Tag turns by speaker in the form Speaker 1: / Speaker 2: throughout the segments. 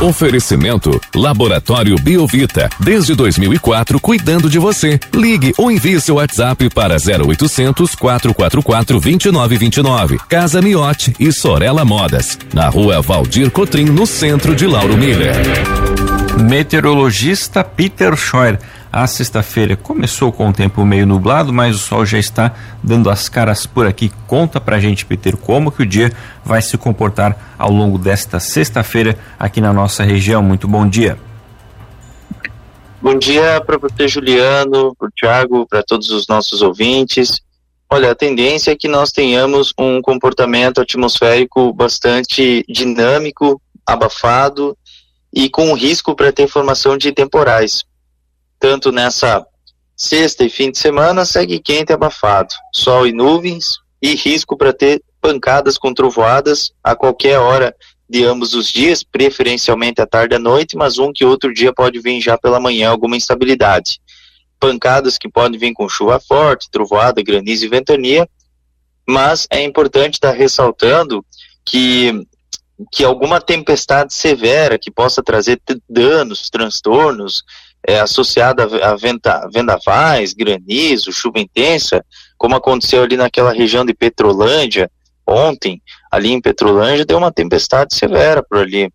Speaker 1: Oferecimento Laboratório Biovita, desde 2004 cuidando de você. Ligue ou envie seu WhatsApp para 0800 444 2929. Casa Miotti e Sorella Modas, na Rua Valdir Cotrim, no centro de Lauro Miller.
Speaker 2: Meteorologista Peter Scheuer. A sexta-feira começou com o tempo meio nublado, mas o sol já está dando as caras por aqui. Conta pra gente, Peter, como que o dia vai se comportar ao longo desta sexta-feira aqui na nossa região. Muito bom dia.
Speaker 3: Bom dia para você, Juliano, para o Thiago, para todos os nossos ouvintes. Olha, a tendência é que nós tenhamos um comportamento atmosférico bastante dinâmico, abafado e com risco para ter formação de temporais. Tanto nessa sexta e fim de semana, segue quente e abafado, sol e nuvens e risco para ter pancadas com trovoadas a qualquer hora de ambos os dias, preferencialmente à tarde e à noite, mas um que outro dia pode vir já pela manhã alguma instabilidade. Pancadas que podem vir com chuva forte, trovoada, granizo e ventania, mas é importante estar ressaltando que alguma tempestade severa que possa trazer danos, transtornos, associada a vendavais, granizo, chuva intensa, como aconteceu ali naquela região de Petrolândia, ontem, ali em Petrolândia, deu uma tempestade severa por ali,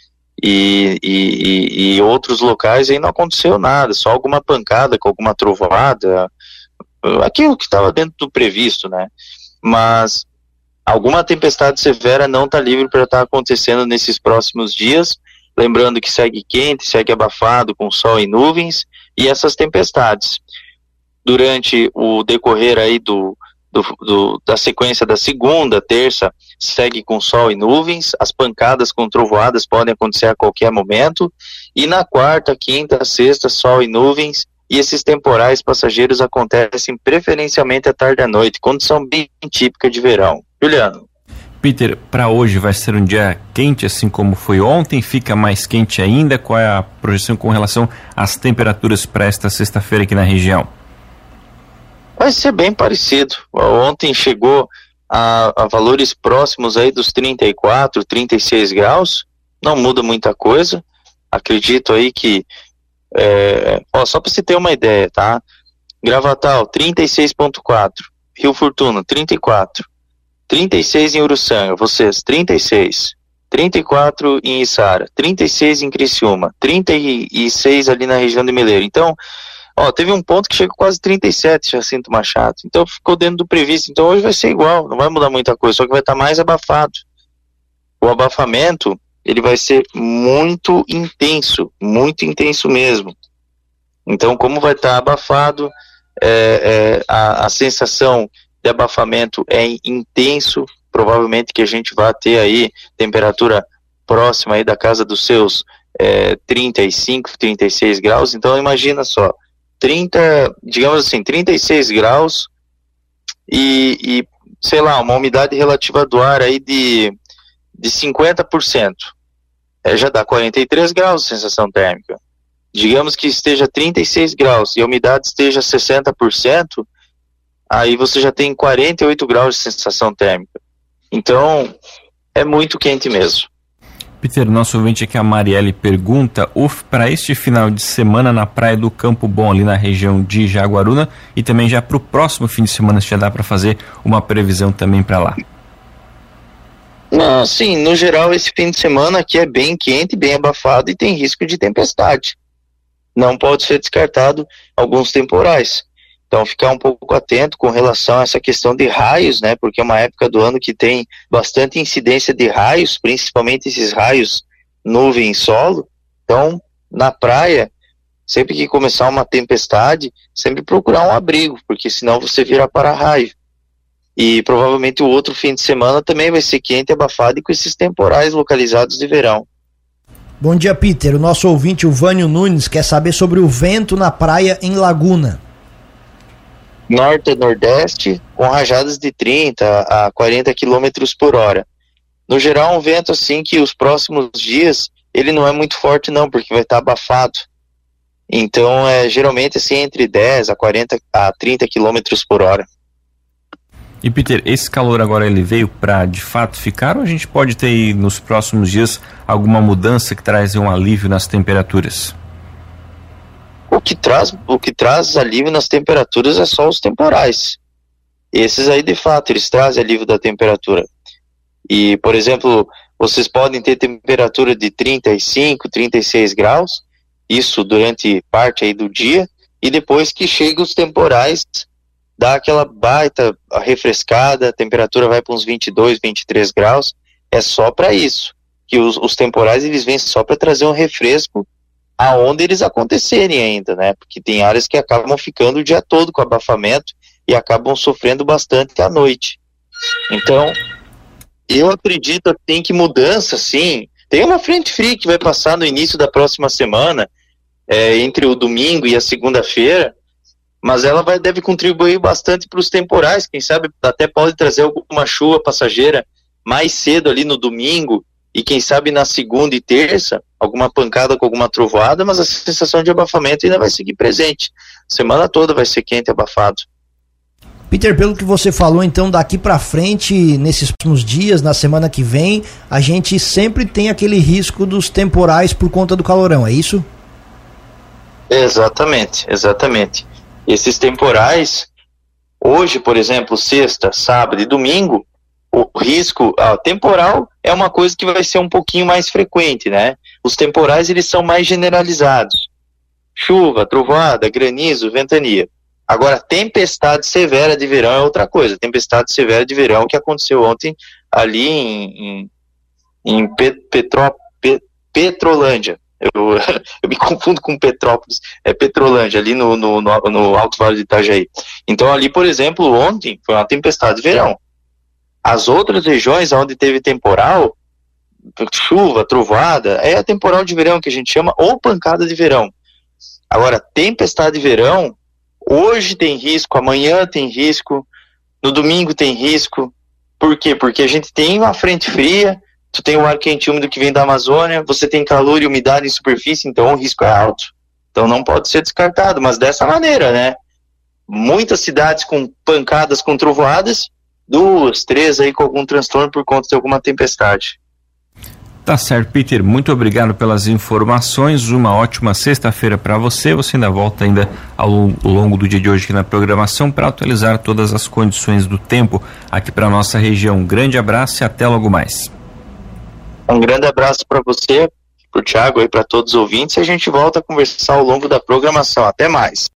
Speaker 3: e outros locais aí não aconteceu nada, só alguma pancada com alguma trovoada, aquilo que estava dentro do previsto, né, mas alguma tempestade severa não está livre para estar acontecendo nesses próximos dias. Lembrando que segue quente, segue abafado, com sol e nuvens, e essas tempestades. Durante o decorrer aí da sequência da segunda, terça, segue com sol e nuvens, as pancadas com trovoadas podem acontecer a qualquer momento, e na quarta, quinta, sexta, sol e nuvens, e esses temporais passageiros acontecem preferencialmente à tarde e à noite, condição bem típica de verão. Juliano.
Speaker 2: Peter, para hoje vai ser um dia quente, assim como foi ontem? Fica mais quente ainda? Qual é a projeção com relação às temperaturas para esta sexta-feira aqui na região?
Speaker 3: Vai ser bem parecido. Ontem chegou a valores próximos aí dos 34, 36 graus. Não muda muita coisa. Acredito aí que... só para você ter uma ideia, tá? Gravatal, 36,4. Rio Fortuna, 34. 36 em Uruçanga, vocês, 36, 34 em Içara, 36 em Criciúma, 36 ali na região de Meleiro. Então, teve um ponto que chegou quase 37, Jacinto Machado. Então, ficou dentro do previsto. Então, hoje vai ser igual, não vai mudar muita coisa, só que vai estar mais abafado. O abafamento, ele vai ser muito intenso mesmo. Então, como vai estar abafado, a sensação de abafamento é intenso, provavelmente que a gente vai ter aí temperatura próxima aí da casa dos seus 35, 36 graus, então imagina só, 36 graus e sei lá, uma umidade relativa do ar aí de 50%, já dá 43 graus de sensação térmica. Digamos que esteja 36 graus e a umidade esteja 60%, aí você já tem 48 graus de sensação térmica. Então, é muito quente mesmo.
Speaker 2: Peter, nosso ouvinte aqui, a Marielle, pergunta para este final de semana na Praia do Campo Bom, ali na região de Jaguaruna, e também já para o próximo fim de semana, se já dá para fazer uma previsão também para lá.
Speaker 3: Não, sim, no geral esse fim de semana aqui é bem quente, bem abafado e tem risco de tempestade. Não pode ser descartado alguns temporais. Então, ficar um pouco atento com relação a essa questão de raios, né? Porque é uma época do ano que tem bastante incidência de raios, principalmente esses raios nuvem e solo. Então, na praia, sempre que começar uma tempestade, sempre procurar um abrigo, porque senão você vira para-raio. E provavelmente o outro fim de semana também vai ser quente, abafado e com esses temporais localizados de verão.
Speaker 4: Bom dia, Peter. O nosso ouvinte, o Vânio Nunes, quer saber sobre o vento na praia em Laguna.
Speaker 3: Norte e nordeste, com rajadas de 30 a 40 km por hora. No geral, um vento assim que os próximos dias, ele não é muito forte não, porque vai estar abafado. Então, geralmente assim, entre 10 a 40 a 30 km por hora.
Speaker 2: E Peter, esse calor agora ele veio para de fato ficar, ou a gente pode ter aí nos próximos dias alguma mudança que traz um alívio nas temperaturas?
Speaker 3: O que traz alívio nas temperaturas é só os temporais. Esses aí, de fato, eles trazem alívio da temperatura. E, por exemplo, vocês podem ter temperatura de 35, 36 graus, isso durante parte aí do dia, e depois que chegam os temporais, dá aquela baita refrescada, a temperatura vai para uns 22, 23 graus, é só para isso, que os temporais eles vêm só para trazer um refresco aonde eles acontecerem ainda, né, porque tem áreas que acabam ficando o dia todo com abafamento e acabam sofrendo bastante à noite. Então, eu acredito que tem que mudança, sim, tem uma frente fria que vai passar no início da próxima semana, entre o domingo e a segunda-feira, mas ela deve contribuir bastante para os temporais, quem sabe até pode trazer alguma chuva passageira mais cedo ali no domingo, e quem sabe na segunda e terça, alguma pancada com alguma trovoada, mas a sensação de abafamento ainda vai seguir presente. Semana toda vai ser quente e abafado.
Speaker 4: Peter, pelo que você falou, então daqui para frente, nesses próximos dias, na semana que vem, a gente sempre tem aquele risco dos temporais por conta do calorão, é isso?
Speaker 3: Exatamente. Esses temporais, hoje, por exemplo, sexta, sábado e domingo, o risco temporal é uma coisa que vai ser um pouquinho mais frequente, né? Os temporais, eles são mais generalizados. Chuva, trovoada, granizo, ventania. Agora, tempestade severa de verão é outra coisa. Tempestade severa de verão que aconteceu ontem ali em Petrolândia. Eu me confundo com Petrópolis, é Petrolândia, ali no Alto Vale do Itajaí. Então ali, por exemplo, ontem foi uma tempestade de verão. As outras regiões onde teve temporal, chuva, trovoada, é a temporal de verão que a gente chama, ou pancada de verão. Agora, tempestade de verão, hoje tem risco, amanhã tem risco, no domingo tem risco. Por quê? Porque a gente tem uma frente fria, tu tem um ar quente úmido que vem da Amazônia, você tem calor e umidade em superfície, então o risco é alto. Então não pode ser descartado, mas dessa maneira, né? Muitas cidades com pancadas, com trovoadas, 2, 3 aí com algum transtorno por conta de alguma tempestade.
Speaker 2: Tá certo, Peter, muito obrigado pelas informações, uma ótima sexta-feira para você. Você ainda volta ainda ao longo do dia de hoje aqui na programação para atualizar todas as condições do tempo aqui para nossa região. Um grande abraço e até logo mais.
Speaker 3: Um grande abraço para você, para o Thiago e para todos os ouvintes, e a gente volta a conversar ao longo da programação. Até mais.